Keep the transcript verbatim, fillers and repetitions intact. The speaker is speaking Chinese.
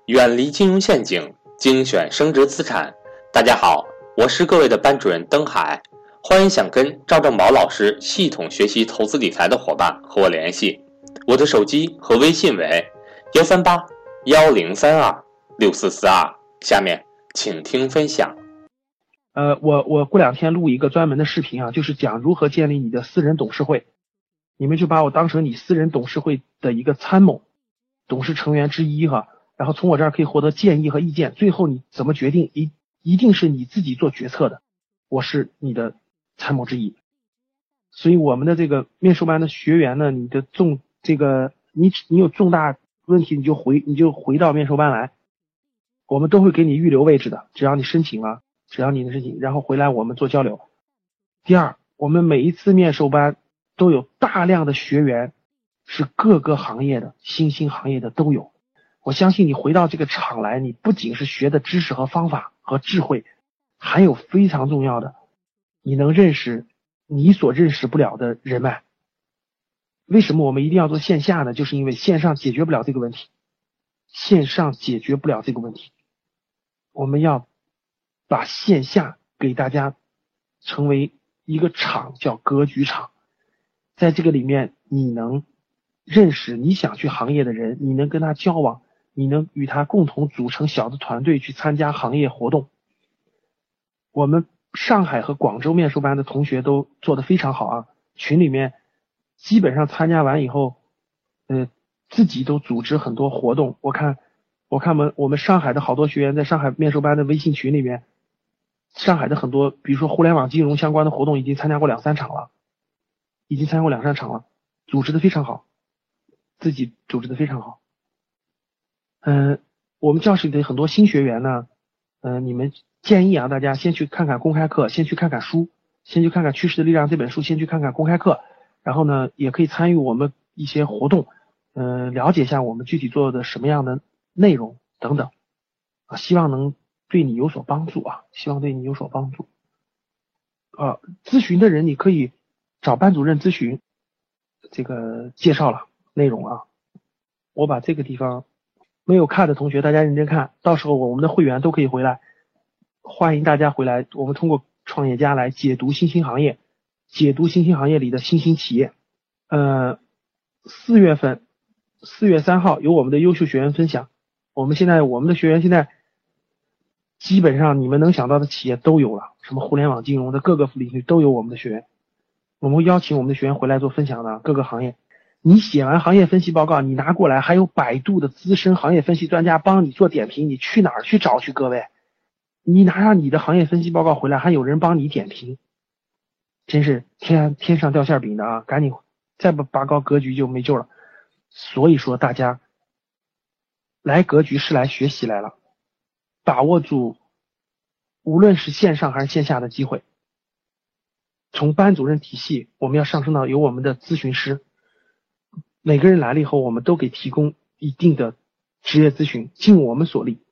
远离金融陷阱，精选升值资产。大家好，我是各位的班主任登海，欢迎想跟赵正宝老师系统学习投资理财的伙伴和我联系，我的手机和微信为幺三八幺零三二六四四二。下面请听分享。 呃，我我过两天录一个专门的视频啊，就是讲如何建立你的私人董事会，你们就把我当成你私人董事会的一个参谋、董事成员之一哈。然后从我这儿可以获得建议和意见，最后你怎么决定一一定是你自己做决策的，我是你的参谋之一。所以我们的这个面授班的学员呢，你的重这个你你有重大问题你就回你就回到面授班来，我们都会给你预留位置的，只要你申请了，只要你的申请，然后回来我们做交流。第二，我们每一次面授班都有大量的学员是各个行业的，新兴行业的都有。我相信你回到这个场来，你不仅是学的知识和方法和智慧，还有非常重要的，你能认识你所认识不了的人脉。为什么我们一定要做线下呢？就是因为线上解决不了这个问题，线上解决不了这个问题，我们要把线下给大家成为一个场，叫格局场。在这个里面，你能认识你想去行业的人，你能跟他交往，你能与他共同组成小的团队去参加行业活动。我们上海和广州面授班的同学都做得非常好啊，群里面基本上参加完以后，呃，自己都组织很多活动。我看，我看我们我们上海的好多学员在上海面授班的微信群里面，上海的很多，比如说互联网金融相关的活动已经参加过两三场了，已经参加过两三场了，组织的非常好，自己组织的非常好。嗯、呃，我们教室里的很多新学员呢，嗯、呃，你们建议啊，大家先去看看公开课，先去看看书，先去看看《趋势的力量》这本书，先去看看公开课，然后呢，也可以参与我们一些活动，嗯、呃，了解一下我们具体做的什么样的内容等等啊，希望能对你有所帮助啊，希望对你有所帮助。呃，咨询的人你可以找班主任咨询，这个介绍了内容啊，我把这个地方没有看的同学大家认真看，到时候我们的会员都可以回来，欢迎大家回来，我们通过创业家来解读新兴行业，解读新兴行业里的新兴企业。呃，四月份四月三号有我们的优秀学员分享，我们现在我们的学员现在基本上你们能想到的企业都有了，什么互联网金融的各个领域都有我们的学员，我们会邀请我们的学员回来做分享的，各个行业。你写完行业分析报告，你拿过来，还有百度的资深行业分析专家帮你做点评，你去哪儿去找去？各位，你拿上你的行业分析报告回来，还有人帮你点评，真是天天上掉馅饼的啊！赶紧再不拔高格局就没救了。所以说大家来格局是来学习来了，把握住无论是线上还是线下的机会。从班主任体系，我们要上升到有我们的咨询师，每个人来了以后，我们都给提供一定的职业咨询，尽我们所力。